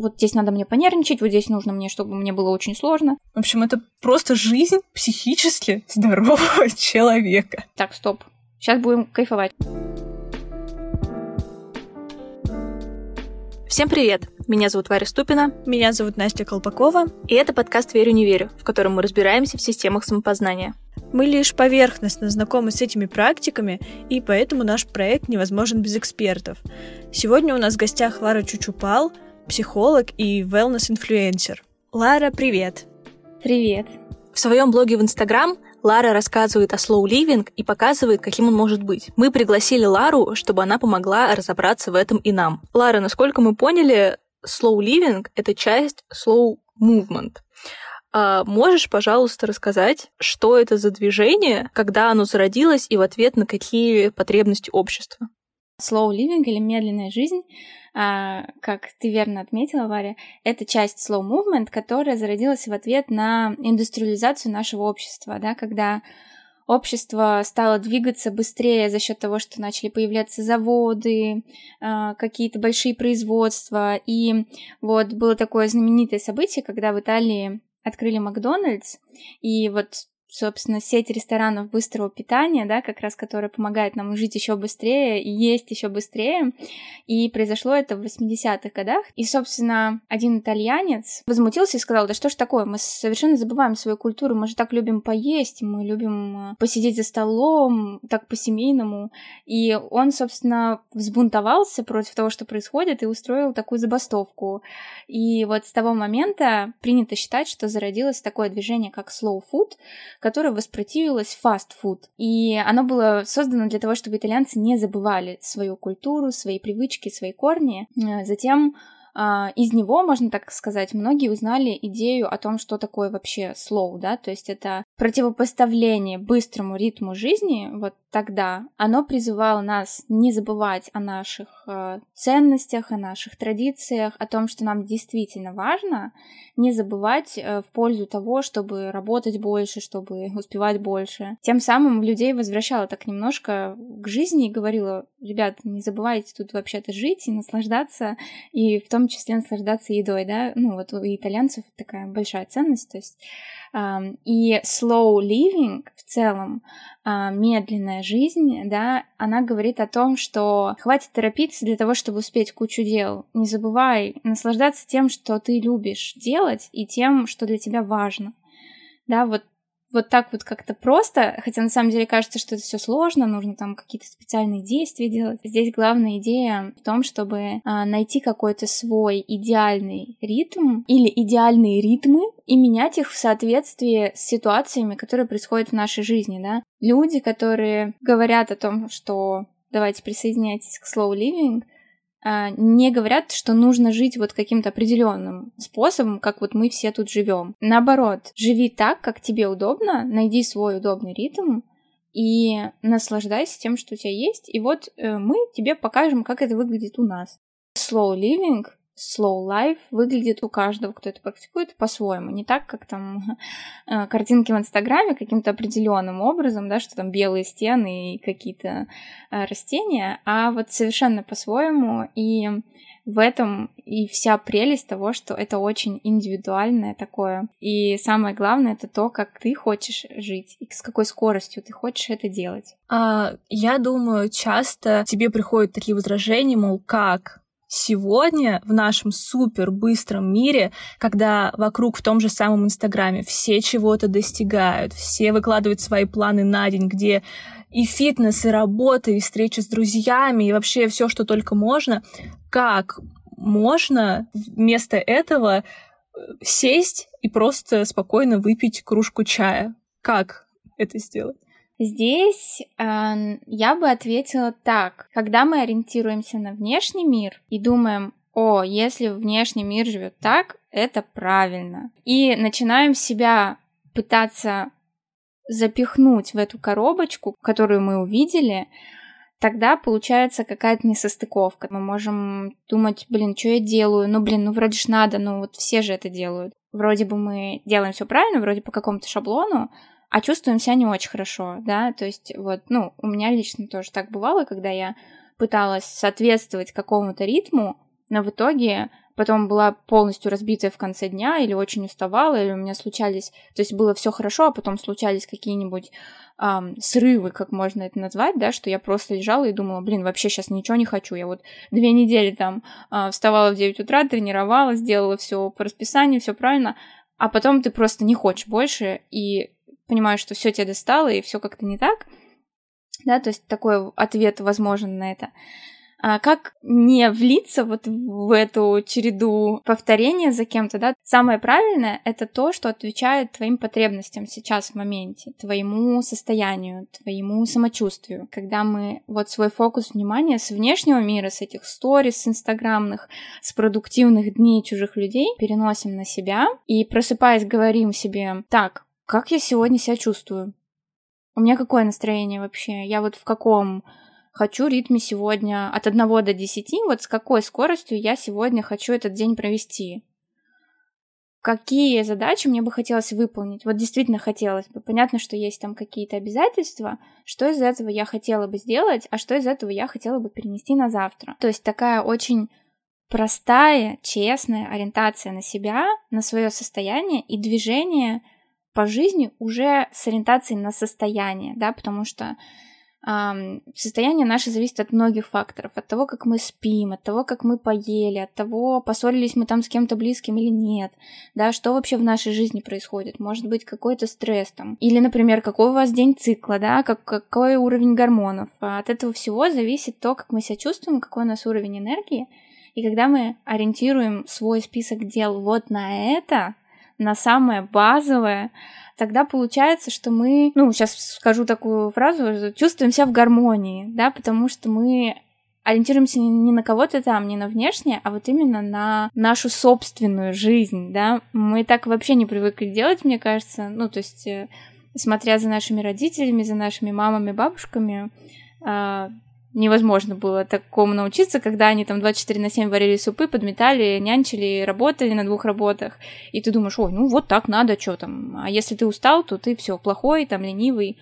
вот здесь надо мне понервничать, вот здесь нужно мне, чтобы мне было очень сложно. В общем, это просто жизнь психически здорового человека. Так, стоп. Сейчас будем кайфовать. Всем привет! Меня зовут Варя Ступина. Меня зовут Настя Колпакова. И это подкаст «Верю, не верю», в котором мы разбираемся в системах самопознания. Мы лишь поверхностно знакомы с этими практиками, и поэтому наш проект невозможен без экспертов. Сегодня у нас в гостях Лара Чучупал, психолог и wellness-инфлюенсер. Лара, привет! Привет! В своем блоге в Инстаграм Лара рассказывает о slow living и показывает, каким он может быть. Мы пригласили Лару, чтобы она помогла разобраться в этом и нам. Лара, насколько мы поняли, slow living — это часть slow movement. Можешь, пожалуйста, рассказать, что это за движение, когда оно зародилось и в ответ на какие потребности общества? Slow living или медленная жизнь, как ты верно отметила, Варя, это часть slow movement, которая зародилась в ответ на индустриализацию нашего общества, да, когда общество стало двигаться быстрее за счет того, что начали появляться заводы, какие-то большие производства, и вот было такое знаменитое событие, когда в Италии открыли Макдональдс, и вот, собственно, сеть ресторанов быстрого питания, да, как раз которая помогает нам жить еще быстрее и есть еще быстрее. И произошло это в 80-х годах. И, собственно, один итальянец возмутился и сказал: да что ж такое, мы совершенно забываем свою культуру, мы же так любим поесть, мы любим посидеть за столом, так по-семейному. И он, собственно, взбунтовался против того, что происходит, и устроил такую забастовку. И вот с того момента принято считать, что зародилось такое движение, как slow food, которое воспротивилось фастфуд. И оно было создано для того, чтобы итальянцы не забывали свою культуру, свои привычки, свои корни. Затем из него, можно так сказать, многие узнали идею о том, что такое вообще slow, да, то есть это противопоставление быстрому ритму жизни. Вот тогда оно призывало нас не забывать о наших ценностях, о наших традициях, о том, что нам действительно важно, не забывать в пользу того, чтобы работать больше, чтобы успевать больше. Тем самым людей возвращало так немножко к жизни и говорило: ребят, не забывайте тут вообще-то жить и наслаждаться, и в том числе наслаждаться едой, да, ну вот у итальянцев такая большая ценность, то есть и slow living в целом, медленная жизнь, да, она говорит о том, что хватит торопиться для того, чтобы успеть кучу дел. Не забывай наслаждаться тем, что ты любишь делать, и тем, что для тебя важно. Да, вот так вот как-то просто, хотя на самом деле кажется, что это все сложно, нужно там какие-то специальные действия делать. Здесь главная идея в том, чтобы найти какой-то свой идеальный ритм или идеальные ритмы и менять их в соответствии с ситуациями, которые происходят в нашей жизни, да. Люди, которые говорят о том, что давайте присоединяйтесь к slow living, не говорят, что нужно жить вот каким-то определенным способом, как вот мы все тут живем. Наоборот, живи так, как тебе удобно, найди свой удобный ритм и наслаждайся тем, что у тебя есть. И вот мы тебе покажем, как это выглядит у нас. Slow living, slow life выглядит у каждого, кто это практикует, по-своему. Не так, как там картинки в Инстаграме каким-то определенным образом, да, что там белые стены и какие-то растения, а вот совершенно по-своему. И в этом и вся прелесть того, что это очень индивидуальное такое. И самое главное — это то, как ты хочешь жить и с какой скоростью ты хочешь это делать. Я думаю, часто тебе приходят такие возражения, мол, как сегодня в нашем супер быстром мире, когда вокруг в том же самом Инстаграме все чего-то достигают, все выкладывают свои планы на день, где и фитнес, и работа, и встречи с друзьями, и вообще все, что только можно, как можно вместо этого сесть и просто спокойно выпить кружку чая? Как это сделать? Здесь я бы ответила так. Когда мы ориентируемся на внешний мир и думаем: о, если внешний мир живет так, это правильно, и начинаем себя пытаться запихнуть в эту коробочку, которую мы увидели, тогда получается какая-то несостыковка. Мы можем думать: что я делаю? Ну вроде ж надо, вот все же это делают. Вроде бы мы делаем все правильно, вроде по какому-то шаблону, а чувствуем себя не очень хорошо, да, то есть вот, у меня лично тоже так бывало, когда я пыталась соответствовать какому-то ритму, но в итоге потом была полностью разбитая в конце дня, или очень уставала, или у меня случались, то есть было все хорошо, а потом случались какие-нибудь срывы, как можно это назвать, да, что я просто лежала и думала, вообще сейчас ничего не хочу. Я вот 2 недели там вставала в 9 утра, тренировалась, делала все по расписанию, все правильно, а потом ты просто не хочешь больше и понимаешь, что все тебя достало и все как-то не так, да, то есть такой ответ возможен на это. Как не влиться вот в эту череду повторения за кем-то, да? Самое правильное — это то, что отвечает твоим потребностям сейчас в моменте, твоему состоянию, твоему самочувствию. Когда мы вот свой фокус внимания с внешнего мира, с этих сторис, с инстаграмных, с продуктивных дней чужих людей переносим на себя и, просыпаясь, говорим себе: так, как я сегодня себя чувствую? У меня какое настроение вообще? Я вот в каком хочу ритме сегодня от 1 до 10, вот с какой скоростью я сегодня хочу этот день провести. Какие задачи мне бы хотелось выполнить? Вот действительно хотелось бы. Понятно, что есть там какие-то обязательства, что из этого я хотела бы сделать, а что из этого я хотела бы перенести на завтра. То есть такая очень простая, честная ориентация на себя, на свое состояние и движение по жизни уже с ориентацией на состояние, да, потому что состояние наше зависит от многих факторов, от того, как мы спим, от того, как мы поели, от того, поссорились мы там с кем-то близким или нет, да, что вообще в нашей жизни происходит, может быть какой-то стресс там, или, например, какой у вас день цикла, да, какой уровень гормонов, от этого всего зависит то, как мы себя чувствуем, какой у нас уровень энергии, и когда мы ориентируем свой список дел вот на это, на самое базовое, тогда получается, что мы, сейчас скажу такую фразу, чувствуем себя в гармонии, да, потому что мы ориентируемся не на кого-то там, не на внешнее, а вот именно на нашу собственную жизнь, да. Мы так вообще не привыкли делать, мне кажется, то есть, смотря за нашими родителями, за нашими мамами, бабушками, невозможно было такому научиться, когда они там 24/7 варили супы, подметали, нянчили, работали на 2 работах. И ты думаешь: ой, вот так надо, что там. А если ты устал, то ты все плохой, там, ленивый.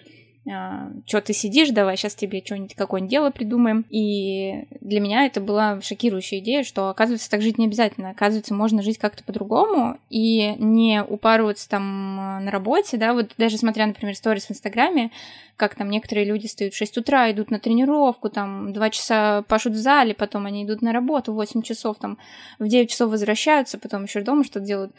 Что ты сидишь, давай сейчас тебе что-нибудь, какое-нибудь дело придумаем. И для меня это была шокирующая идея, что, оказывается, так жить не обязательно. Оказывается, можно жить как-то по-другому и не упарываться там на работе, да, вот даже смотря, например, сторис в Инстаграме, как там некоторые люди встают в 6 утра, идут на тренировку, там 2 часа пашут в зале, потом они идут на работу, 8 часов, там в 9 часов возвращаются, потом еще дома что-то делают.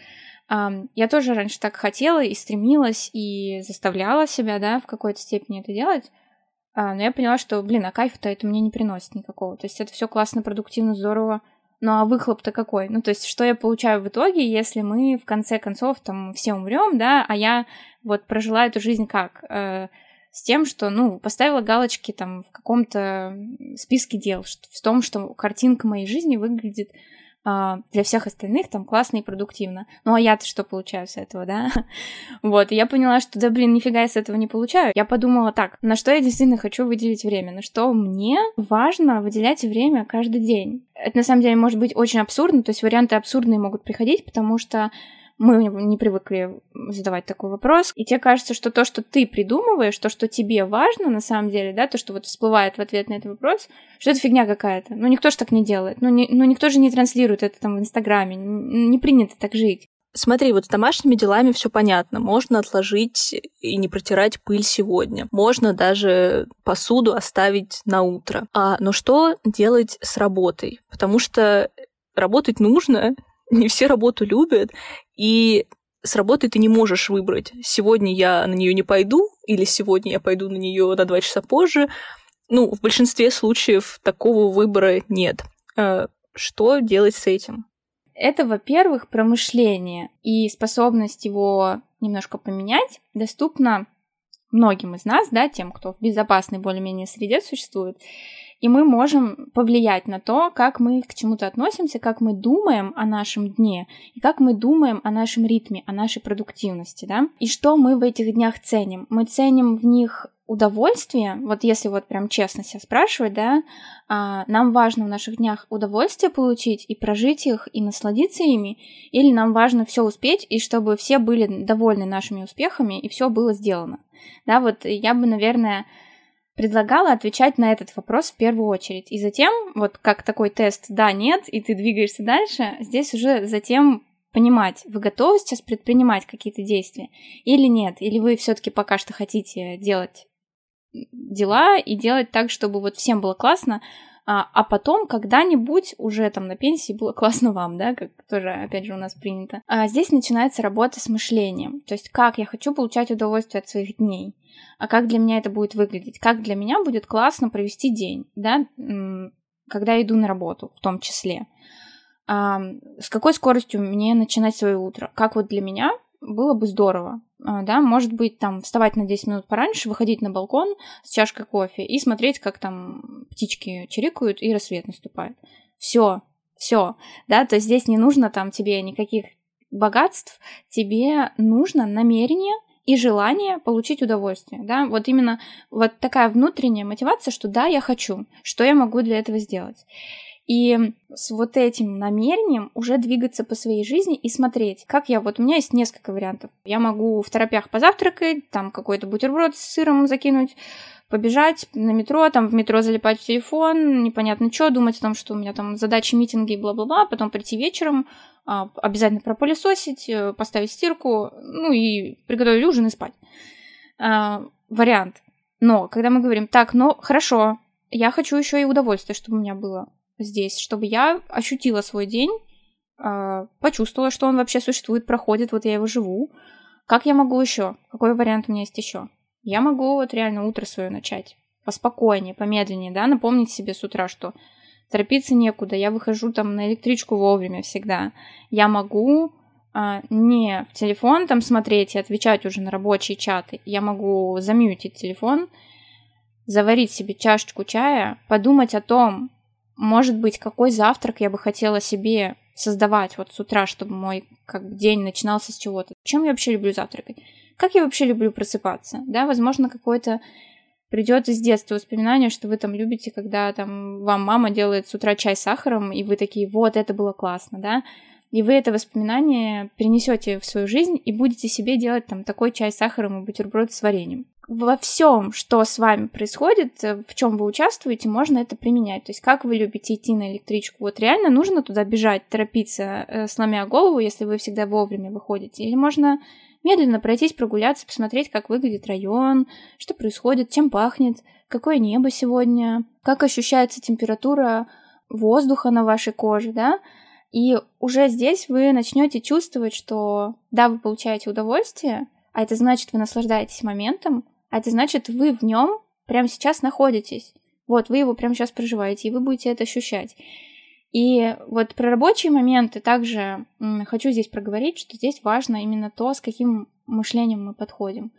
Я тоже раньше так хотела и стремилась, и заставляла себя, да, в какой-то степени это делать, но я поняла, что, а кайфа-то это мне не приносит никакого. То есть это все классно, продуктивно, здорово, а выхлоп-то какой? То есть что я получаю в итоге, если мы в конце концов там все умрем, да, а я вот прожила эту жизнь как? С тем, что, поставила галочки там в каком-то списке дел, в том, что картинка моей жизни выглядит для всех остальных там классно и продуктивно. А я-то что получаю с этого, да? Вот, и я поняла, что, нифига я с этого не получаю. Я подумала так, на что я действительно хочу выделить время, на что мне важно выделять время каждый день. Это, на самом деле, может быть очень абсурдно, то есть варианты абсурдные могут приходить, потому что мы не привыкли задавать такой вопрос, и тебе кажется, что то, что ты придумываешь, то, что тебе важно на самом деле, да, то, что вот всплывает в ответ на этот вопрос, что это фигня какая-то. Никто же так не делает. Никто же не транслирует это там в Инстаграме. Не принято так жить. Смотри, вот с домашними делами все понятно. Можно отложить и не протирать пыль сегодня. Можно даже посуду оставить на утро. Но что делать с работой? Потому что работать нужно, не все работу любят, и с работы ты не можешь выбрать: сегодня я на нее не пойду, или сегодня я пойду на нее на 2 часа позже. В большинстве случаев такого выбора нет. Что делать с этим? Это, во-первых, промышление, и способность его немножко поменять доступна многим из нас, да, тем, кто в безопасной более-менее среде существует. И мы можем повлиять на то, как мы к чему-то относимся, как мы думаем о нашем дне, и как мы думаем о нашем ритме, о нашей продуктивности, да. И что мы в этих днях ценим? Мы ценим в них удовольствие, вот если вот прям честно себя спрашивать, да, нам важно в наших днях удовольствие получить и прожить их, и насладиться ими, или нам важно все успеть, и чтобы все были довольны нашими успехами, и все было сделано. Да, вот я бы, наверное, предлагала отвечать на этот вопрос в первую очередь. И затем, вот как такой тест «да-нет», и ты двигаешься дальше, здесь уже затем понимать, вы готовы сейчас предпринимать какие-то действия или нет, или вы все-таки пока что хотите делать дела и делать так, чтобы вот всем было классно, а потом когда-нибудь уже там на пенсии было классно вам, да, как тоже, опять же, у нас принято. Здесь начинается работа с мышлением, то есть как я хочу получать удовольствие от своих дней, а как для меня это будет выглядеть, как для меня будет классно провести день, да, когда я иду на работу в том числе, с какой скоростью мне начинать свое утро, как вот для меня было бы здорово, да, может быть, там, вставать на 10 минут пораньше, выходить на балкон с чашкой кофе и смотреть, как там птички чирикают и рассвет наступает. Все, да, то есть здесь не нужно там тебе никаких богатств, тебе нужно намерение и желание получить удовольствие, да, вот именно вот такая внутренняя мотивация, что да, я хочу, что я могу для этого сделать. И с вот этим намерением уже двигаться по своей жизни и смотреть, как я... Вот у меня есть несколько вариантов. Я могу в торопях позавтракать, там какой-то бутерброд с сыром закинуть, побежать на метро, там в метро залипать в телефон, непонятно что, думать о том, что у меня там задачи, митинги, бла-бла-бла, потом прийти вечером, обязательно пропылесосить, поставить стирку, ну и приготовить ужин и спать. Вариант. Но когда мы говорим, так, ну хорошо, я хочу еще и удовольствие, чтобы у меня было здесь, чтобы я ощутила свой день, почувствовала, что он вообще существует, проходит, вот я его живу. Как я могу еще? Какой вариант у меня есть еще? Я могу вот реально утро свое начать поспокойнее, помедленнее, да, напомнить себе с утра, что торопиться некуда, я выхожу там на электричку вовремя всегда. Я могу не в телефон там смотреть и отвечать уже на рабочие чаты, я могу замьютить телефон, заварить себе чашечку чая, подумать о том, может быть, какой завтрак я бы хотела себе создавать вот с утра, чтобы мой день начинался с чего-то. Чем я вообще люблю завтракать? Как я вообще люблю просыпаться? Да, возможно, какое-то придет из детства воспоминание, что вы там любите, когда там вам мама делает с утра чай с сахаром, и вы такие, вот, это было классно, да? И вы это воспоминание перенесете в свою жизнь и будете себе делать там такой чай с сахаром и бутерброд с вареньем. Во всем, что с вами происходит, в чем вы участвуете, можно это применять. То есть как вы любите идти на электричку? Вот реально нужно туда бежать, торопиться, сломя голову, если вы всегда вовремя выходите? Или можно медленно пройтись, прогуляться, посмотреть, как выглядит район, что происходит, чем пахнет, какое небо сегодня, как ощущается температура воздуха на вашей коже, да? И уже здесь вы начнете чувствовать, что да, вы получаете удовольствие, а это значит, вы наслаждаетесь моментом, а это значит, вы в нем прямо сейчас находитесь. Вот, вы его прямо сейчас проживаете, и вы будете это ощущать. И вот про рабочие моменты также хочу здесь проговорить, что здесь важно именно то, с каким мышлением мы подходим.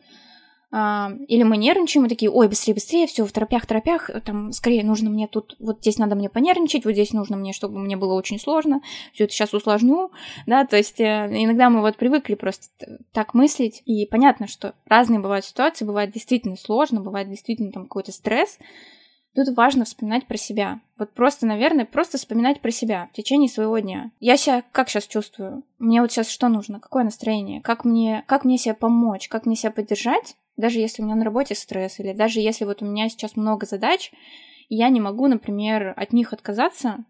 Или мы нервничаем, мы такие, ой, быстрее, все, в торопях, там, скорее нужно мне тут, вот здесь надо мне понервничать, вот здесь нужно мне, чтобы мне было очень сложно, все это сейчас усложню, да, то есть иногда мы вот привыкли просто так мыслить, и понятно, что разные бывают ситуации, бывает действительно сложно, бывает действительно там какой-то стресс. Тут важно вспоминать про себя. Вот просто, наверное, просто вспоминать про себя в течение своего дня. Я себя как сейчас чувствую? Мне вот сейчас что нужно? Какое настроение? Как мне себя помочь? Как мне себя поддержать? Даже если у меня на работе стресс, или даже если вот у меня сейчас много задач, и я не могу, например, от них отказаться,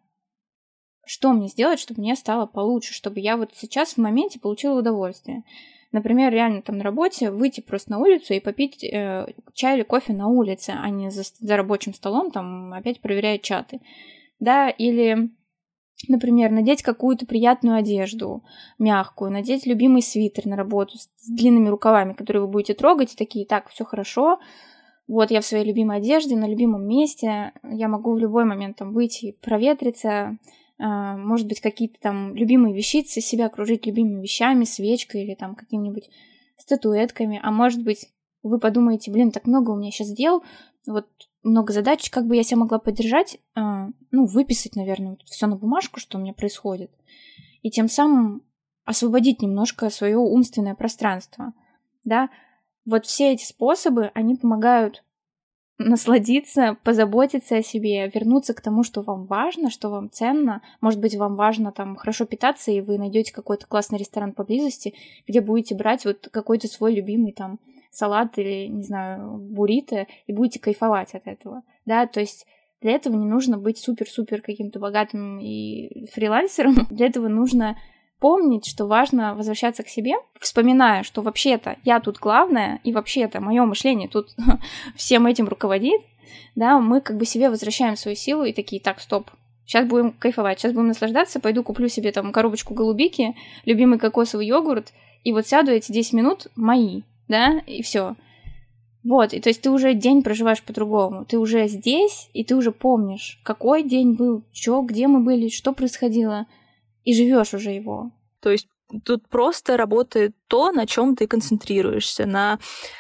что мне сделать, чтобы мне стало получше, чтобы я вот сейчас в моменте получила удовольствие? Например, реально там на работе выйти просто на улицу и попить чай или кофе на улице, а не за рабочим столом там опять проверяя чаты. Да, или, например, надеть какую-то приятную одежду, мягкую, надеть любимый свитер на работу с длинными рукавами, которые вы будете трогать, и такие, так, все хорошо, вот я в своей любимой одежде, на любимом месте, я могу в любой момент там выйти, проветриться, может быть, какие-то там любимые вещицы, себя окружить любимыми вещами, свечкой или там какими-нибудь статуэтками, а может быть, вы подумаете, блин, так много у меня сейчас дел, вот много задач, как бы я себя могла поддержать, выписать, наверное, все на бумажку, что у меня происходит, и тем самым освободить немножко свое умственное пространство, да, вот все эти способы, они помогают насладиться, позаботиться о себе, вернуться к тому, что вам важно, что вам ценно. Может быть, вам важно там хорошо питаться, и вы найдете какой-то классный ресторан поблизости, где будете брать вот какой-то свой любимый там салат или, не знаю, буррито и будете кайфовать от этого, да, то есть для этого не нужно быть супер-супер каким-то богатым и фрилансером, для этого нужно помнить, что важно возвращаться к себе, вспоминая, что вообще-то я тут главная, и вообще-то мое мышление тут всем этим руководит, да, мы как бы себе возвращаем свою силу и такие, так, стоп, сейчас будем кайфовать, сейчас будем наслаждаться, пойду куплю себе там коробочку голубики, любимый кокосовый йогурт, и вот сяду, эти 10 минут мои, да, и все. Вот, и то есть ты уже день проживаешь по-другому, ты уже здесь, и ты уже помнишь, какой день был, что, где мы были, что происходило, и живешь уже его. То есть тут просто работает то, на чем ты концентрируешься, на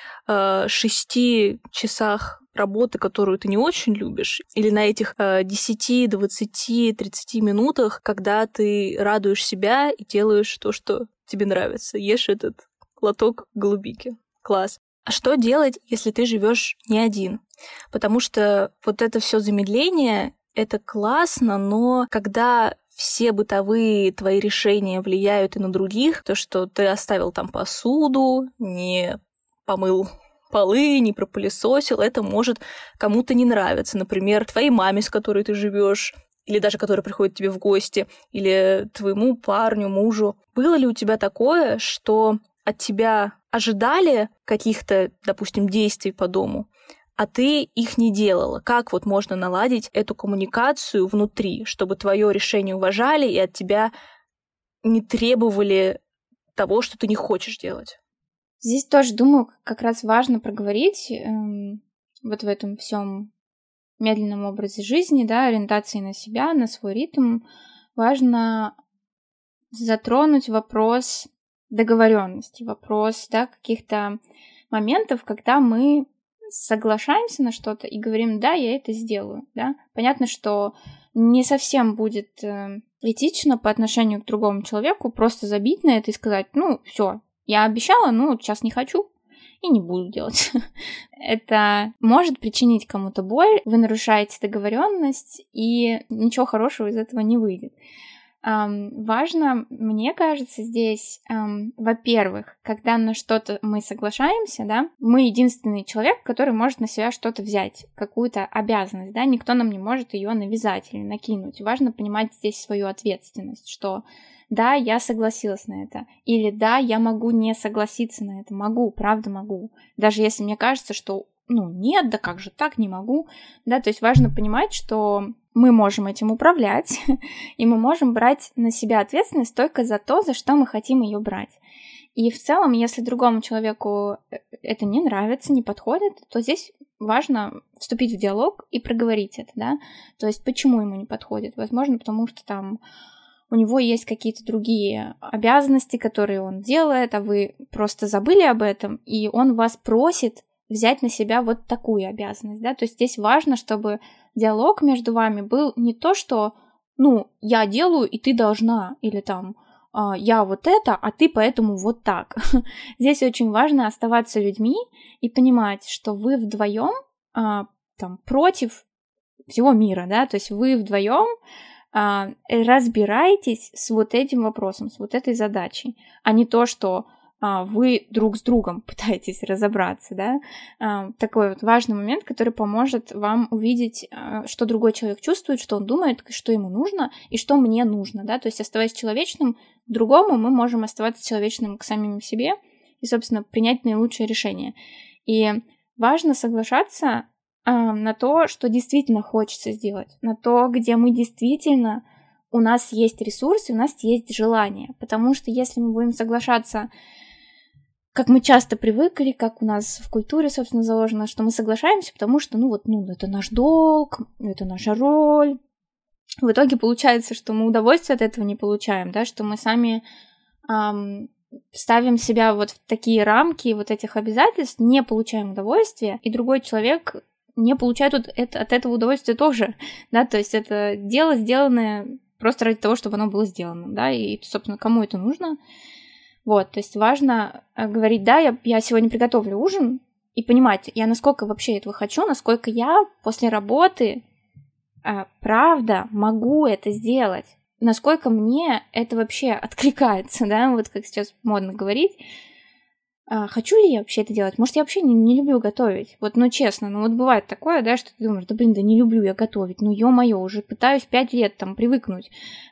6 часах работы, которую ты не очень любишь, или на этих 10, 20, 30 минутах, когда ты радуешь себя и делаешь то, что тебе нравится. Ешь этот лоток голубики. Класс. А что делать, если ты живешь не один? Потому что вот это все замедление, это классно, но когда все бытовые твои решения влияют и на других, то, что ты оставил там посуду, не помыл полы, не пропылесосил, это может кому-то не нравиться. Например, твоей маме, с которой ты живешь, или даже которая приходит к тебе в гости, или твоему парню, мужу. Было ли у тебя такое, что от тебя ожидали каких-то, допустим, действий по дому, а ты их не делала? Как вот можно наладить эту коммуникацию внутри, чтобы твое решение уважали и от тебя не требовали того, что ты не хочешь делать? Здесь тоже, думаю, как раз важно проговорить вот в этом всем медленном образе жизни, да, ориентации на себя, на свой ритм. Важно затронуть вопрос договоренности, вопрос, да, каких-то моментов, когда мы соглашаемся на что-то и говорим, да, я это сделаю, да. Понятно, что не совсем будет этично по отношению к другому человеку просто забить на это и сказать, ну, все, я обещала, ну, сейчас не хочу и не буду делать. Это может причинить кому-то боль, вы нарушаете договоренность, и ничего хорошего из этого не выйдет. Важно, мне кажется, здесь, во-первых, когда на что-то мы соглашаемся, да, мы единственный человек, который может на себя что-то взять, какую-то обязанность, да, никто нам не может ее навязать или накинуть. Важно понимать здесь свою ответственность, что да, я согласилась на это, или да, я могу не согласиться на это, могу, правда могу, даже если мне кажется, что, ну, нет, да как же так, не могу, да, то есть важно понимать, что мы можем этим управлять, и мы можем брать на себя ответственность только за то, за что мы хотим ее брать. И в целом, если другому человеку это не нравится, не подходит, то здесь важно вступить в диалог и проговорить это, да, то есть почему ему не подходит. Возможно, потому что там у него есть какие-то другие обязанности, которые он делает, а вы просто забыли об этом, и он вас просит взять на себя вот такую обязанность, да, то есть здесь важно, чтобы диалог между вами был не то, что, ну, я делаю, и ты должна, или там, я вот это, а ты поэтому вот так. Здесь очень важно оставаться людьми и понимать, что вы вдвоем там против всего мира, да, то есть вы вдвоем разбирайтесь с вот этим вопросом, с вот этой задачей, а не то, что вы друг с другом пытаетесь разобраться, да, такой вот важный момент, который поможет вам увидеть, что другой человек чувствует, что он думает, что ему нужно и что мне нужно, да, то есть оставаясь человечным к другому, мы можем оставаться человечным к самим себе и, собственно, принять наилучшее решение. И важно соглашаться на то, что действительно хочется сделать, на то, где мы действительно, у нас есть ресурсы, у нас есть желание, потому что если мы будем соглашаться, как мы часто привыкли, как у нас в культуре, собственно, заложено, что мы соглашаемся, потому что, это наш долг, это наша роль. В итоге получается, что мы удовольствие от этого не получаем, да, что мы сами ставим себя вот в такие рамки вот этих обязательств, не получаем удовольствия, и другой человек не получает от этого удовольствия тоже, да, то есть это дело, сделанное просто ради того, чтобы оно было сделано, да, и, собственно, кому это нужно. Вот, то есть важно говорить, да, я сегодня приготовлю ужин, и понимать, я насколько вообще этого хочу, насколько я после работы, правда, могу это сделать, насколько мне это вообще откликается, да, вот как сейчас модно говорить. хочу ли я вообще это делать? Может, я вообще не люблю готовить? Вот, ну, честно, ну, вот бывает такое, да, что ты думаешь, да, блин, да не люблю я готовить, ну, ё-моё, уже пытаюсь 5 лет там привыкнуть,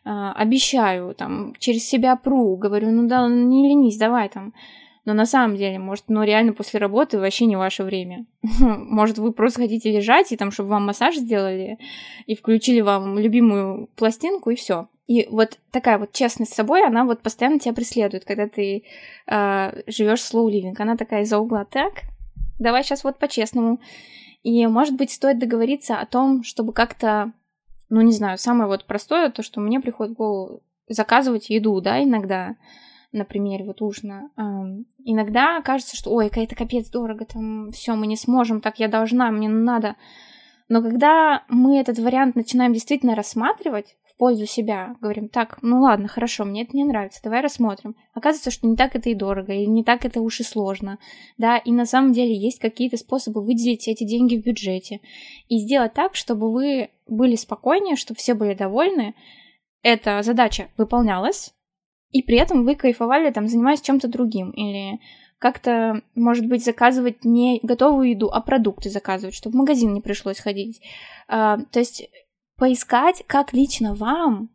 обещаю, там, через себя пру, говорю, ну, да, не ленись, давай там. Но на самом деле, может, ну, реально после работы вообще не ваше время. Может, вы просто хотите лежать, и там, чтобы вам массаж сделали, и включили вам любимую пластинку, и все. И вот такая вот честность с собой, она вот постоянно тебя преследует, когда ты живешь slow living. Она такая из-за угла, так, давай сейчас вот по-честному. И, может быть, стоит договориться о том, чтобы как-то, ну, не знаю, самое вот простое, то, что мне приходит в голову, заказывать еду, да, иногда, например, вот ужина. Иногда кажется, что, ой, это капец дорого, там, все, мы не сможем, так я должна, мне надо. Но когда мы этот вариант начинаем действительно рассматривать в пользу себя, говорим, так, ну ладно, хорошо, мне это не нравится, давай рассмотрим. Оказывается, что не так это и дорого, и не так это уж и сложно, да, и на самом деле есть какие-то способы выделить эти деньги в бюджете и сделать так, чтобы вы были спокойнее, чтобы все были довольны, эта задача выполнялась, и при этом вы кайфовали, там, занимаясь чем-то другим, или как-то, может быть, заказывать не готовую еду, а продукты заказывать, чтобы в магазин не пришлось ходить. То есть поискать, как лично вам,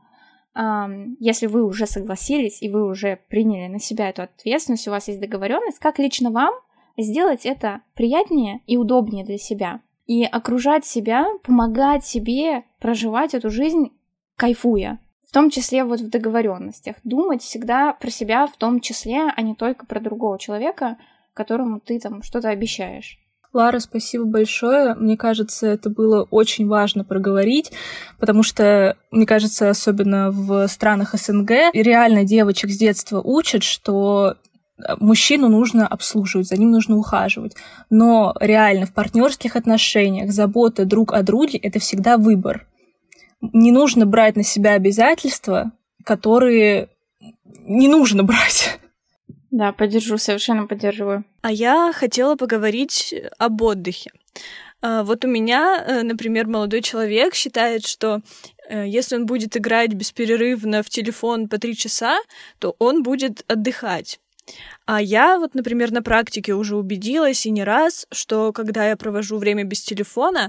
если вы уже согласились и вы уже приняли на себя эту ответственность, у вас есть договоренность, как лично вам сделать это приятнее и удобнее для себя. И окружать себя, помогать себе проживать эту жизнь, кайфуя. В том числе вот в договоренностях. Думать всегда про себя в том числе, а не только про другого человека, которому ты там что-то обещаешь. Лара, спасибо большое. Мне кажется, это было очень важно проговорить, потому что, мне кажется, особенно в странах СНГ, реально девочек с детства учат, что мужчину нужно обслуживать, за ним нужно ухаживать. Но реально в партнерских отношениях забота друг о друге — это всегда выбор. Не нужно брать на себя обязательства, которые не нужно брать. Да, поддержу, совершенно поддерживаю. А я хотела поговорить об отдыхе. Вот у меня, например, молодой человек считает, что если он будет играть бесперерывно в телефон по 3 часа, то он будет отдыхать. А я вот, например, на практике уже убедилась и не раз, что когда я провожу время без телефона,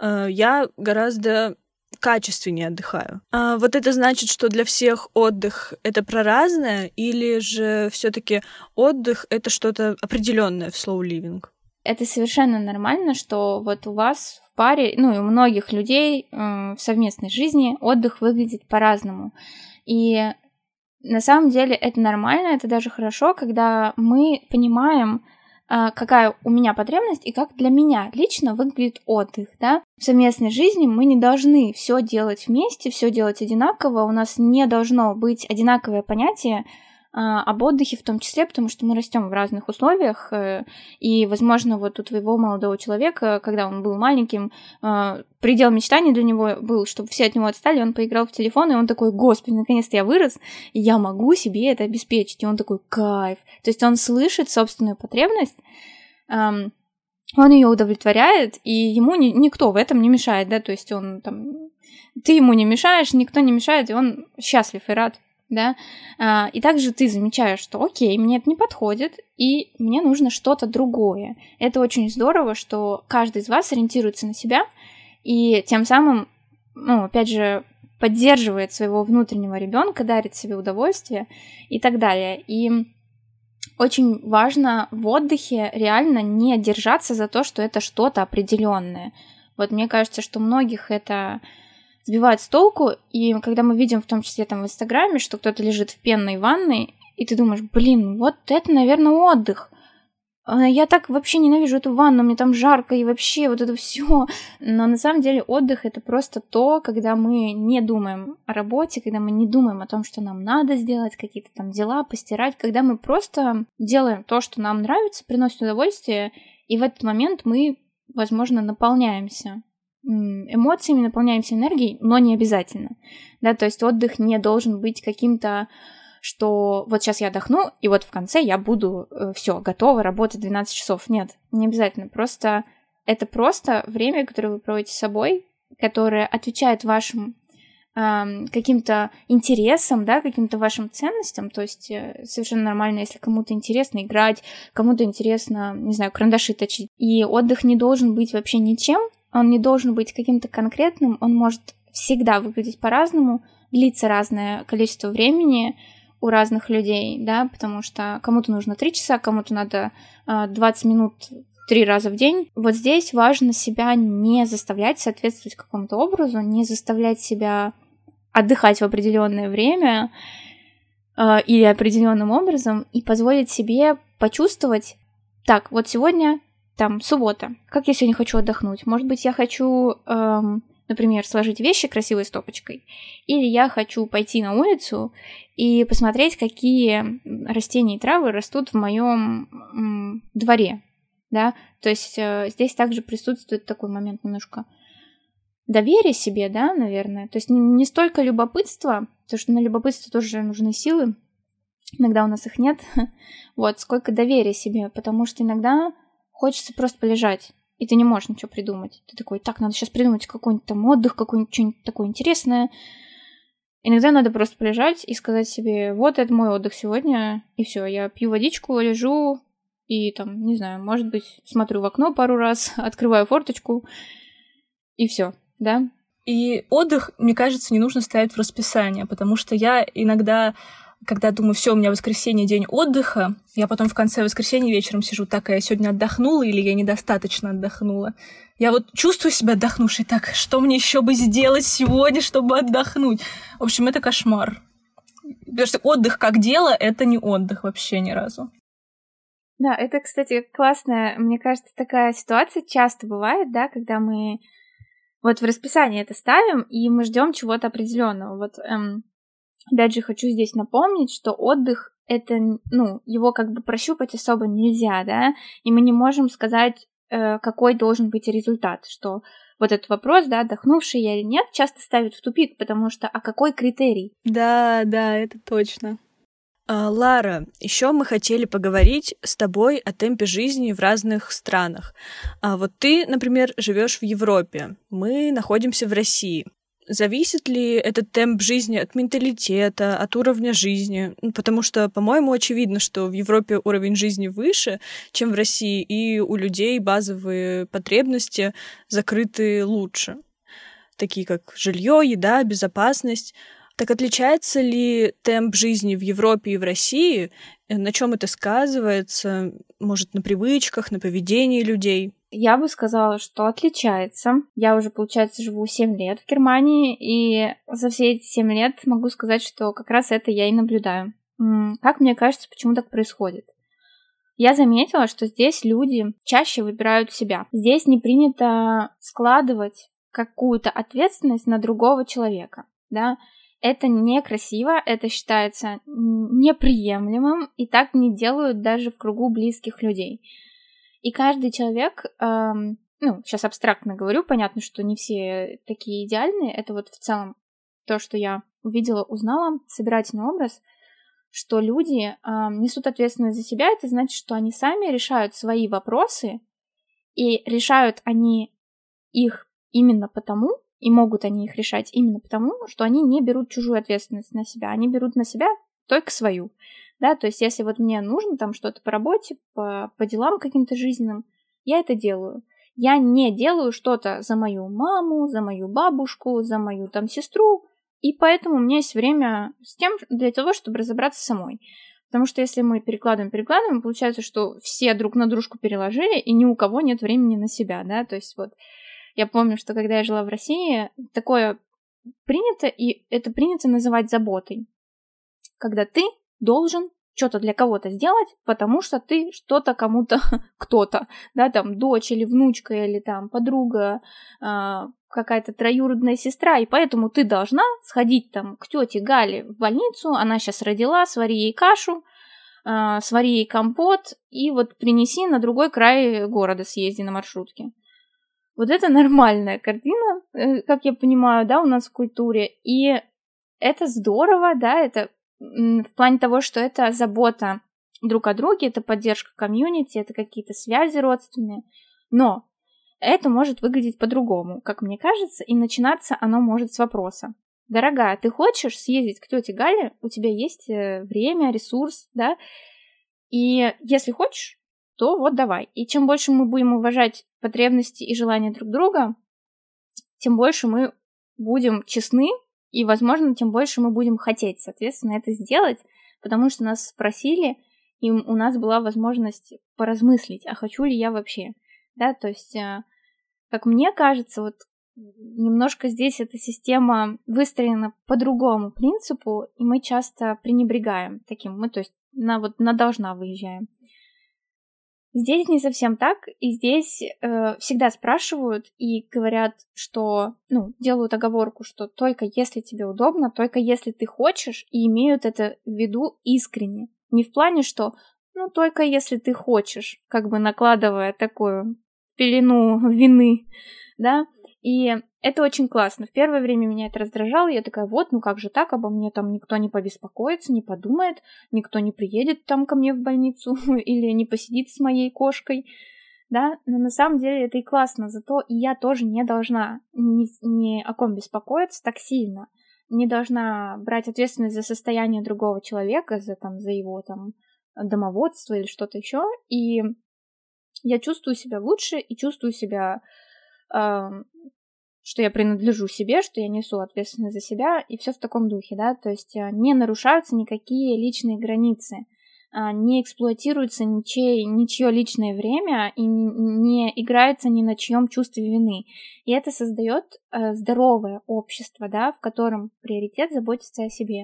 я гораздо качественнее отдыхаю. А вот это значит, что для всех отдых — это про разное, или же все-таки отдых — это что-то определенное в slow living? Это совершенно нормально, что вот у вас в паре, ну и у многих людей в совместной жизни отдых выглядит по-разному. И на самом деле это нормально, это даже хорошо, когда мы понимаем, какая у меня потребность и как для меня лично выглядит отдых, да. В совместной жизни мы не должны все делать вместе, все делать одинаково, у нас не должно быть одинаковое понятие об отдыхе в том числе, потому что мы растем в разных условиях, и, возможно, вот у твоего молодого человека, когда он был маленьким, предел мечтаний для него был, чтобы все от него отстали, он поиграл в телефон, и он такой, господи, наконец-то я вырос, и я могу себе это обеспечить, и он такой, кайф. То есть он слышит собственную потребность, он ее удовлетворяет, и ему никто в этом не мешает, да, то есть он там, ты ему не мешаешь, никто не мешает, и он счастлив и рад. Да, и также ты замечаешь, что окей, мне это не подходит, и мне нужно что-то другое. Это очень здорово, что каждый из вас ориентируется на себя, и тем самым, ну, опять же, поддерживает своего внутреннего ребенка, дарит себе удовольствие и так далее. И очень важно в отдыхе реально не держаться за то, что это что-то определенное. Вот мне кажется, что многих это сбивает с толку, и когда мы видим, в том числе там в Инстаграме, что кто-то лежит в пенной ванной, и ты думаешь, блин, вот это, наверное, отдых. Я так вообще ненавижу эту ванну, мне там жарко, и вообще вот это все. Но на самом деле отдых — это просто то, когда мы не думаем о работе, когда мы не думаем о том, что нам надо сделать, какие-то там дела, постирать, когда мы просто делаем то, что нам нравится, приносит удовольствие, и в этот момент мы, возможно, наполняемся эмоциями, наполняемся энергией, но не обязательно, да, то есть отдых не должен быть каким-то, что вот сейчас я отдохну, и вот в конце я буду все готова работать 12 часов. Нет, не обязательно, просто это просто время, которое вы проводите с собой, которое отвечает вашим каким-то интересам, да, каким-то вашим ценностям. То есть совершенно нормально, если кому-то интересно играть, кому-то интересно, не знаю, карандаши точить. И отдых не должен быть вообще ничем, он не должен быть каким-то конкретным, он может всегда выглядеть по-разному, длиться разное количество времени у разных людей, да, потому что кому-то нужно 3 часа, кому-то надо 20 минут 3 раза в день. Вот здесь важно себя не заставлять соответствовать какому-то образу, не заставлять себя отдыхать в определенное время или определенным образом и позволить себе почувствовать, так, вот сегодня там суббота, как я сегодня хочу отдохнуть? Может быть, я хочу, например, сложить вещи красивой стопочкой, или я хочу пойти на улицу и посмотреть, какие растения и травы растут в моем дворе. Да, то есть здесь также присутствует такой момент немножко доверия себе, да, наверное. То есть не столько любопытства, потому что на любопытство тоже нужны силы, иногда у нас их нет, вот, сколько доверия себе, потому что иногда хочется просто полежать, и ты не можешь ничего придумать. Ты такой, так, надо сейчас придумать какой-нибудь там отдых, какое-нибудь что-нибудь такое интересное. Иногда надо просто полежать и сказать себе, вот это мой отдых сегодня, и все, я пью водичку, лежу, и там, не знаю, может быть, смотрю в окно пару раз, открываю форточку, и все, да. И отдых, мне кажется, не нужно ставить в расписание, потому что я иногда, когда думаю, все, у меня воскресенье, день отдыха, я потом в конце воскресенья вечером сижу, так, а я сегодня отдохнула или я недостаточно отдохнула. Я вот чувствую себя отдохнувшей, так, что мне еще бы сделать сегодня, чтобы отдохнуть? В общем, это кошмар. Потому что отдых как дело — это не отдых вообще ни разу. Да, это, кстати, классная, мне кажется, такая ситуация часто бывает, да, когда мы вот в расписание это ставим, и мы ждем чего-то определенного. Вот, опять же, хочу здесь напомнить, что отдых — это, ну, его как бы прощупать особо нельзя, да, и мы не можем сказать, какой должен быть результат, что вот этот вопрос, да, отдохнувший я или нет, часто ставит в тупик, потому что, а какой критерий? Да, это точно. Лара, еще мы хотели поговорить с тобой о темпе жизни в разных странах. Вот ты, например, живешь в Европе, мы находимся в России. Зависит ли этот темп жизни от менталитета, от уровня жизни? Потому что, по-моему, очевидно, что в Европе уровень жизни выше, чем в России, и у людей базовые потребности закрыты лучше, такие как жилье, еда, безопасность. Так отличается ли темп жизни в Европе и в России? На чем это сказывается? Может, на привычках, на поведении людей? Я бы сказала, что отличается. Я уже, получается, живу 7 лет в Германии, и за все эти 7 лет могу сказать, что как раз это я и наблюдаю. Как мне кажется, почему так происходит? Я заметила, что здесь люди чаще выбирают себя. Здесь не принято складывать какую-то ответственность на другого человека, да? Это некрасиво, это считается неприемлемым, и так не делают даже в кругу близких людей. И каждый человек, сейчас абстрактно говорю, понятно, что не все такие идеальные, это вот в целом то, что я увидела, узнала, собирательный образ, что люди несут ответственность за себя, это значит, что они сами решают свои вопросы, и решают они их именно потому, и могут они их решать именно потому, что они не берут чужую ответственность на себя, они берут на себя только свою, да, то есть если вот мне нужно там что-то по работе, по делам каким-то жизненным, я это делаю. Я не делаю что-то за мою маму, за мою бабушку, за мою там сестру, и поэтому у меня есть время с тем для того, чтобы разобраться самой. Потому что если мы перекладываем, получается, что все друг на дружку переложили, и ни у кого нет времени на себя, да, то есть вот я помню, что когда я жила в России, такое принято, и это принято называть заботой. Когда ты должен что-то для кого-то сделать, потому что ты что-то кому-то, кто-то, да, там, дочь или внучка, или там подруга, какая-то троюродная сестра, и поэтому ты должна сходить там к тете Гале в больницу, она сейчас родила, свари ей кашу, свари ей компот, и вот принеси на другой край города, съезди на маршрутке. Вот это нормальная картина, как я понимаю, да, у нас в культуре, и это здорово, да, это в плане того, что это забота друг о друге, это поддержка комьюнити, это какие-то связи родственные, но это может выглядеть по-другому, как мне кажется, и начинаться оно может с вопроса. дорогая, ты хочешь съездить к тете Гале? У тебя есть время, ресурс, да? И если хочешь, то вот давай. И чем больше мы будем уважать потребности и желания друг друга, тем больше мы будем честны, и, возможно, тем больше мы будем хотеть, соответственно, это сделать, потому что нас спросили, и у нас была возможность поразмыслить, а хочу ли я вообще, да, то есть, как мне кажется, вот немножко здесь эта система выстроена по другому принципу, и мы часто пренебрегаем таким, мы, то есть, на должна выезжаем. Здесь не совсем так, и здесь всегда спрашивают и говорят, что, делают оговорку, что только если тебе удобно, только если ты хочешь, и имеют это в виду искренне. Не в плане, что, только если ты хочешь, как бы накладывая такую пелену вины, да, и это очень классно. В первое время меня это раздражало, я такая, как же так, обо мне там никто не побеспокоится, не подумает, никто не приедет там ко мне в больницу или не посидит с моей кошкой, да, но на самом деле это и классно, зато и я тоже не должна ни о ком беспокоиться так сильно, не должна брать ответственность за состояние другого человека, за его домоводство или что-то еще, и я чувствую себя лучше и чувствую себя... что я принадлежу себе, что я несу ответственность за себя, и все в таком духе, да, то есть не нарушаются никакие личные границы, не эксплуатируется ничье личное время и не играется ни на чьем чувстве вины. И это создает здоровое общество, да, в котором приоритет заботиться о себе.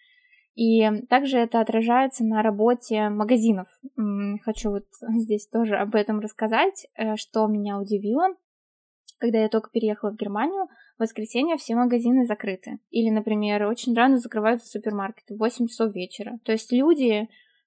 И также это отражается на работе магазинов. Хочу вот здесь тоже об этом рассказать, что меня удивило. Когда я только переехала в Германию, в воскресенье все магазины закрыты. Или, например, очень рано закрываются супермаркеты в 8 часов вечера. То есть люди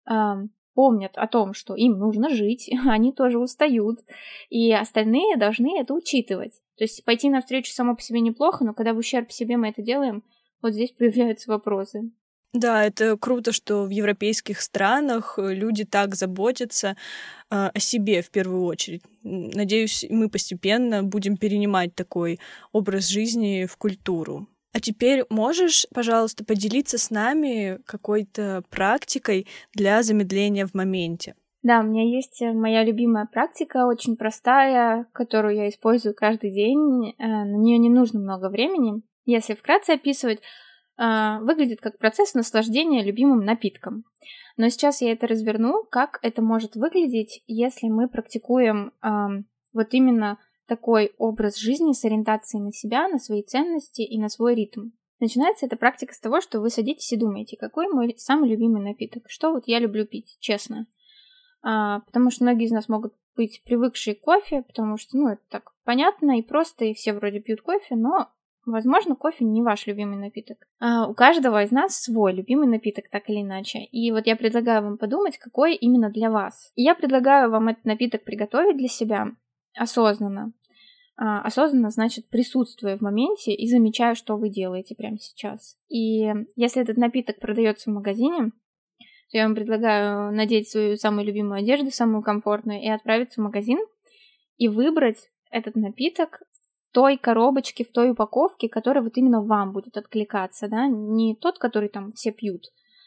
помнят о том, что им нужно жить, они тоже устают, и остальные должны это учитывать. То есть пойти навстречу само по себе неплохо, но когда в ущерб себе мы это делаем, вот здесь появляются вопросы. Да, это круто, что в европейских странах люди так заботятся о себе в первую очередь. Надеюсь, мы постепенно будем перенимать такой образ жизни в культуру. А теперь можешь, пожалуйста, поделиться с нами какой-то практикой для замедления в моменте? Да, у меня есть моя любимая практика, очень простая, которую я использую каждый день. На нее не нужно много времени. Если вкратце описывать, выглядит как процесс наслаждения любимым напитком. Но сейчас я это разверну, как это может выглядеть, если мы практикуем вот именно такой образ жизни с ориентацией на себя, на свои ценности и на свой ритм. Начинается эта практика с того, что вы садитесь и думаете, какой мой самый любимый напиток, что вот я люблю пить, честно. Потому что многие из нас могут быть привыкшие к кофе, потому что, это так понятно и просто, и все вроде пьют кофе, но возможно, кофе не ваш любимый напиток. У каждого из нас свой любимый напиток, так или иначе. И вот я предлагаю вам подумать, какой именно для вас. И я предлагаю вам этот напиток приготовить для себя осознанно. Осознанно значит присутствуя в моменте и замечая, что вы делаете прямо сейчас. И если этот напиток продается в магазине, то я вам предлагаю надеть свою самую любимую одежду, самую комфортную, и отправиться в магазин и выбрать этот напиток в той коробочке, в той упаковке, которая вот именно вам будет откликаться, да, не тот, который там все пьют,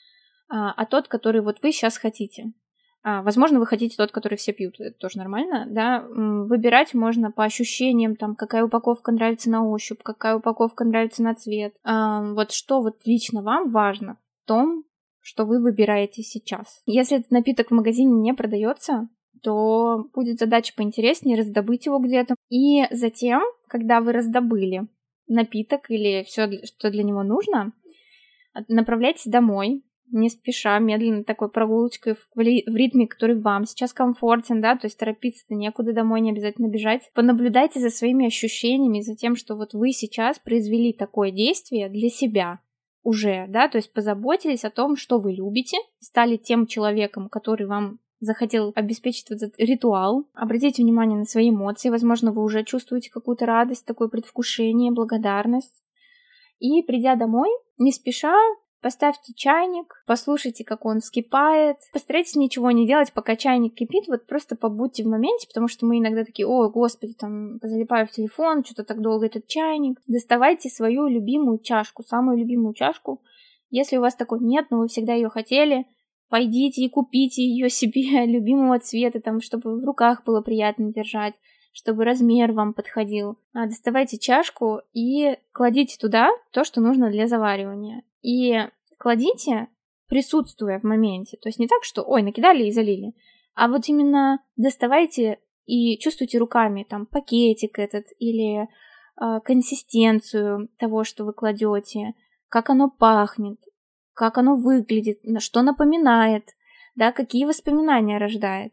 а тот, который вот вы сейчас хотите. Возможно, вы хотите тот, который все пьют, это тоже нормально, да, выбирать можно по ощущениям, там, какая упаковка нравится на ощупь, какая упаковка нравится на цвет, вот что вот лично вам важно в том, что вы выбираете сейчас. Если этот напиток в магазине не продается, то будет задача поинтереснее раздобыть его где-то. И затем, когда вы раздобыли напиток или все, что для него нужно, направляйтесь домой, не спеша, медленно такой прогулочкой в ритме, который вам сейчас комфортен, да, то есть торопиться-то некуда домой, не обязательно бежать. Понаблюдайте за своими ощущениями, за тем, что вот вы сейчас произвели такое действие для себя уже, да, то есть позаботились о том, что вы любите, стали тем человеком, который вам захотел обеспечить этот ритуал. Обратите внимание на свои эмоции, возможно, вы уже чувствуете какую-то радость, такое предвкушение, благодарность. И придя домой, не спеша, поставьте чайник, послушайте, как он вскипает. Постарайтесь ничего не делать, пока чайник кипит, вот просто побудьте в моменте, потому что мы иногда такие: ой, господи, там, залипаю в телефон, что-то так долго этот чайник. Доставайте свою любимую чашку, самую любимую чашку. Если у вас такой нет, но вы всегда ее хотели, пойдите и купите ее себе любимого цвета, там, чтобы в руках было приятно держать, чтобы размер вам подходил. Доставайте чашку и кладите туда то, что нужно для заваривания. И кладите, присутствуя в моменте. То есть не так, что ой, накидали и залили, а вот именно доставайте и чувствуйте руками там пакетик этот или консистенцию того, что вы кладете, как оно пахнет, как оно выглядит, на что напоминает, да, какие воспоминания рождает.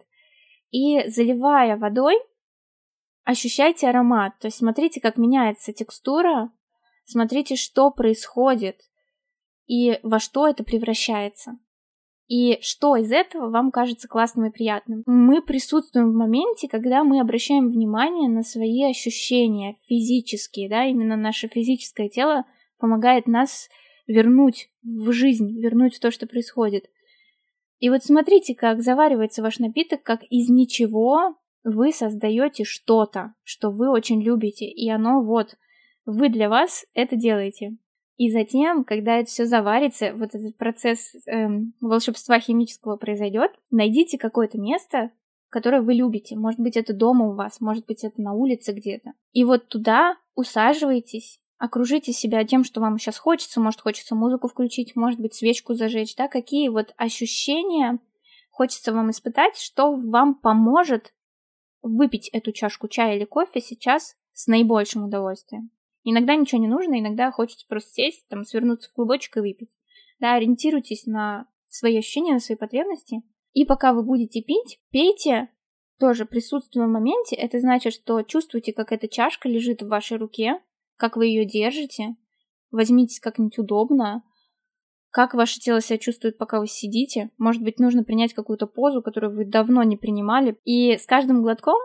И заливая водой, ощущайте аромат. То есть смотрите, как меняется текстура, смотрите, что происходит и во что это превращается. И что из этого вам кажется классным и приятным. Мы присутствуем в моменте, когда мы обращаем внимание на свои ощущения физические, да, именно наше физическое тело помогает нас вернуть в жизнь, вернуть в то, что происходит. И вот смотрите, как заваривается ваш напиток, как из ничего вы создаете что-то, что вы очень любите, и оно вот, вы для вас это делаете. И затем, когда это все заварится, вот этот процесс волшебства химического произойдет, найдите какое-то место, которое вы любите. Может быть, это дома у вас, может быть, это на улице где-то. И вот туда усаживайтесь, окружите себя тем, что вам сейчас хочется. Может, хочется музыку включить, может быть, свечку зажечь, да, какие вот ощущения хочется вам испытать, что вам поможет выпить эту чашку чая или кофе сейчас с наибольшим удовольствием. Иногда ничего не нужно, иногда хочется просто сесть, там, свернуться в клубочек и выпить. Да, ориентируйтесь на свои ощущения, на свои потребности. И пока вы будете пить, пейте, тоже присутствуя в моменте. Это значит, что чувствуйте, как эта чашка лежит в вашей руке, как вы ее держите. Возьмитесь как-нибудь удобно. Как ваше тело себя чувствует, пока вы сидите. Может быть, нужно принять какую-то позу, которую вы давно не принимали. И с каждым глотком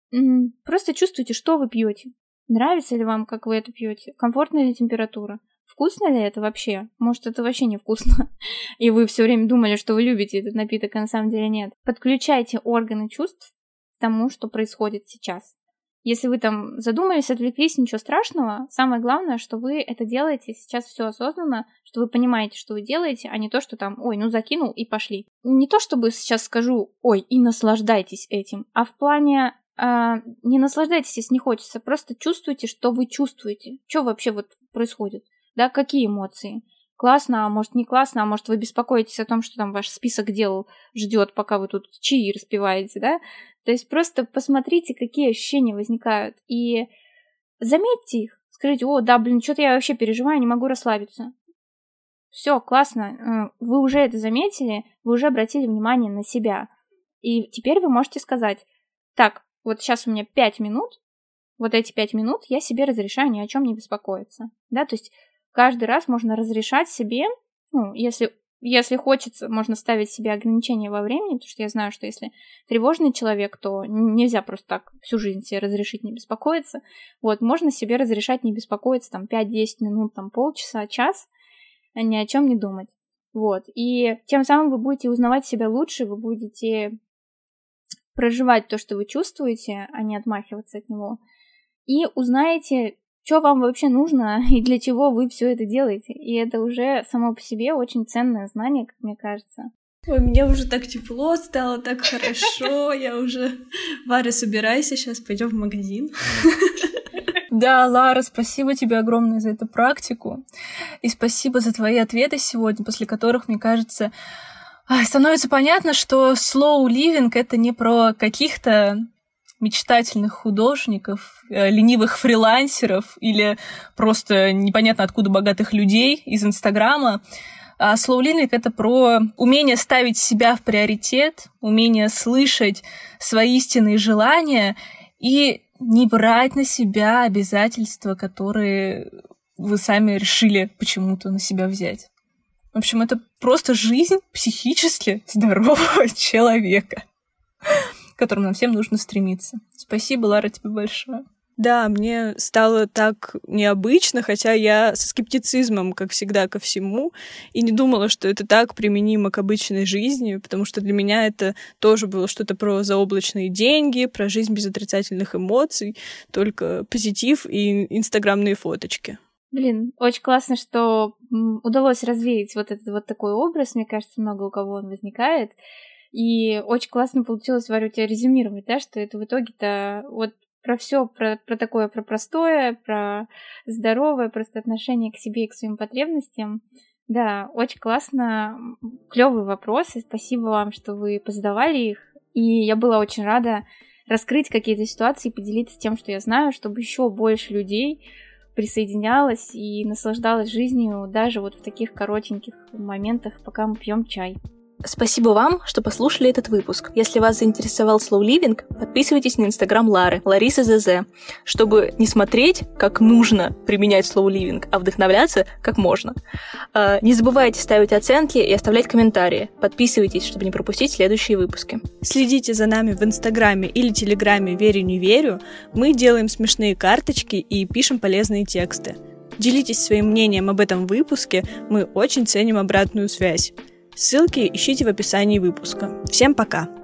просто чувствуйте, что вы пьете. Нравится ли вам, как вы это пьете? Комфортная ли температура? Вкусно ли это вообще? Может, это вообще невкусно, и вы все время думали, что вы любите этот напиток, а на самом деле нет. Подключайте органы чувств к тому, что происходит сейчас. Если вы там задумались, отвлеклись, ничего страшного. Самое главное, что вы это делаете сейчас все осознанно, что вы понимаете, что вы делаете, а не то, что там, ой, ну закинул и пошли. Не то, чтобы сейчас скажу, ой, и наслаждайтесь этим, а в плане не наслаждайтесь, если не хочется, просто чувствуйте, что вы чувствуете, что вообще вот происходит, да, какие эмоции. Классно, а может не классно, а может вы беспокоитесь о том, что там ваш список дел ждет, пока вы тут чаи распиваете, да. То есть просто посмотрите, какие ощущения возникают, и заметьте их. Скажите: о, да, блин, что-то я вообще переживаю, не могу расслабиться. Все, классно, вы уже это заметили, вы уже обратили внимание на себя. И теперь вы можете сказать: так, вот сейчас у меня 5 минут, вот эти 5 минут я себе разрешаю ни о чем не беспокоиться. Да, то есть каждый раз можно разрешать себе, ну, если хочется, можно ставить себе ограничения во времени, потому что я знаю, что если тревожный человек, то нельзя просто так всю жизнь себе разрешить не беспокоиться. Вот, можно себе разрешать не беспокоиться там 5-10 минут, там полчаса, час, ни о чем не думать. Вот, и тем самым вы будете узнавать себя лучше, вы будете проживать то, что вы чувствуете, а не отмахиваться от него. И узнаете, что вам вообще нужно и для чего вы все это делаете. И это уже само по себе очень ценное знание, как мне кажется. Ой, мне уже так тепло стало, так хорошо. Я уже... Варя, собирайся, сейчас пойдем в магазин. Да, Лара, спасибо тебе огромное за эту практику. И спасибо за твои ответы сегодня, после которых, мне кажется, становится понятно, что slow living — это не про каких-то мечтательных художников, ленивых фрилансеров или просто непонятно откуда богатых людей из Инстаграма. А slow living — это про умение ставить себя в приоритет, умение слышать свои истинные желания и не брать на себя обязательства, которые вы сами решили почему-то на себя взять. В общем, это просто жизнь психически здорового человека, к которому нам всем нужно стремиться. Спасибо, Лара, тебе большое. Да, мне стало так необычно, хотя я со скептицизмом, как всегда, ко всему, и не думала, что это так применимо к обычной жизни, потому что для меня это тоже было что-то про заоблачные деньги, про жизнь без отрицательных эмоций, только позитив и инстаграмные фоточки. Блин, очень классно, что удалось развеять вот этот вот такой образ. Мне кажется, много у кого он возникает. И очень классно получилось, Варя, у тебя резюмировать, да, что это в итоге-то вот про все, про такое, про простое, про здоровое, просто отношение к себе и к своим потребностям. Да, очень классно, клевые вопросы. Спасибо вам, что вы позадавали их. И я была очень рада раскрыть какие-то ситуации, поделиться тем, что я знаю, чтобы еще больше людей присоединялась и наслаждалась жизнью даже вот в таких коротеньких моментах, пока мы пьем чай. Спасибо вам, что послушали этот выпуск. Если вас заинтересовал Slow Living, подписывайтесь на инстаграм Лары, Лариса ЗЗ, чтобы не смотреть, как нужно применять Slow Living, а вдохновляться, как можно. Не забывайте ставить оценки и оставлять комментарии. Подписывайтесь, чтобы не пропустить следующие выпуски. Следите за нами в инстаграме или телеграме «Верю, не верю». Мы делаем смешные карточки и пишем полезные тексты. Делитесь своим мнением об этом выпуске, мы очень ценим обратную связь. Ссылки ищите в описании выпуска. Всем пока!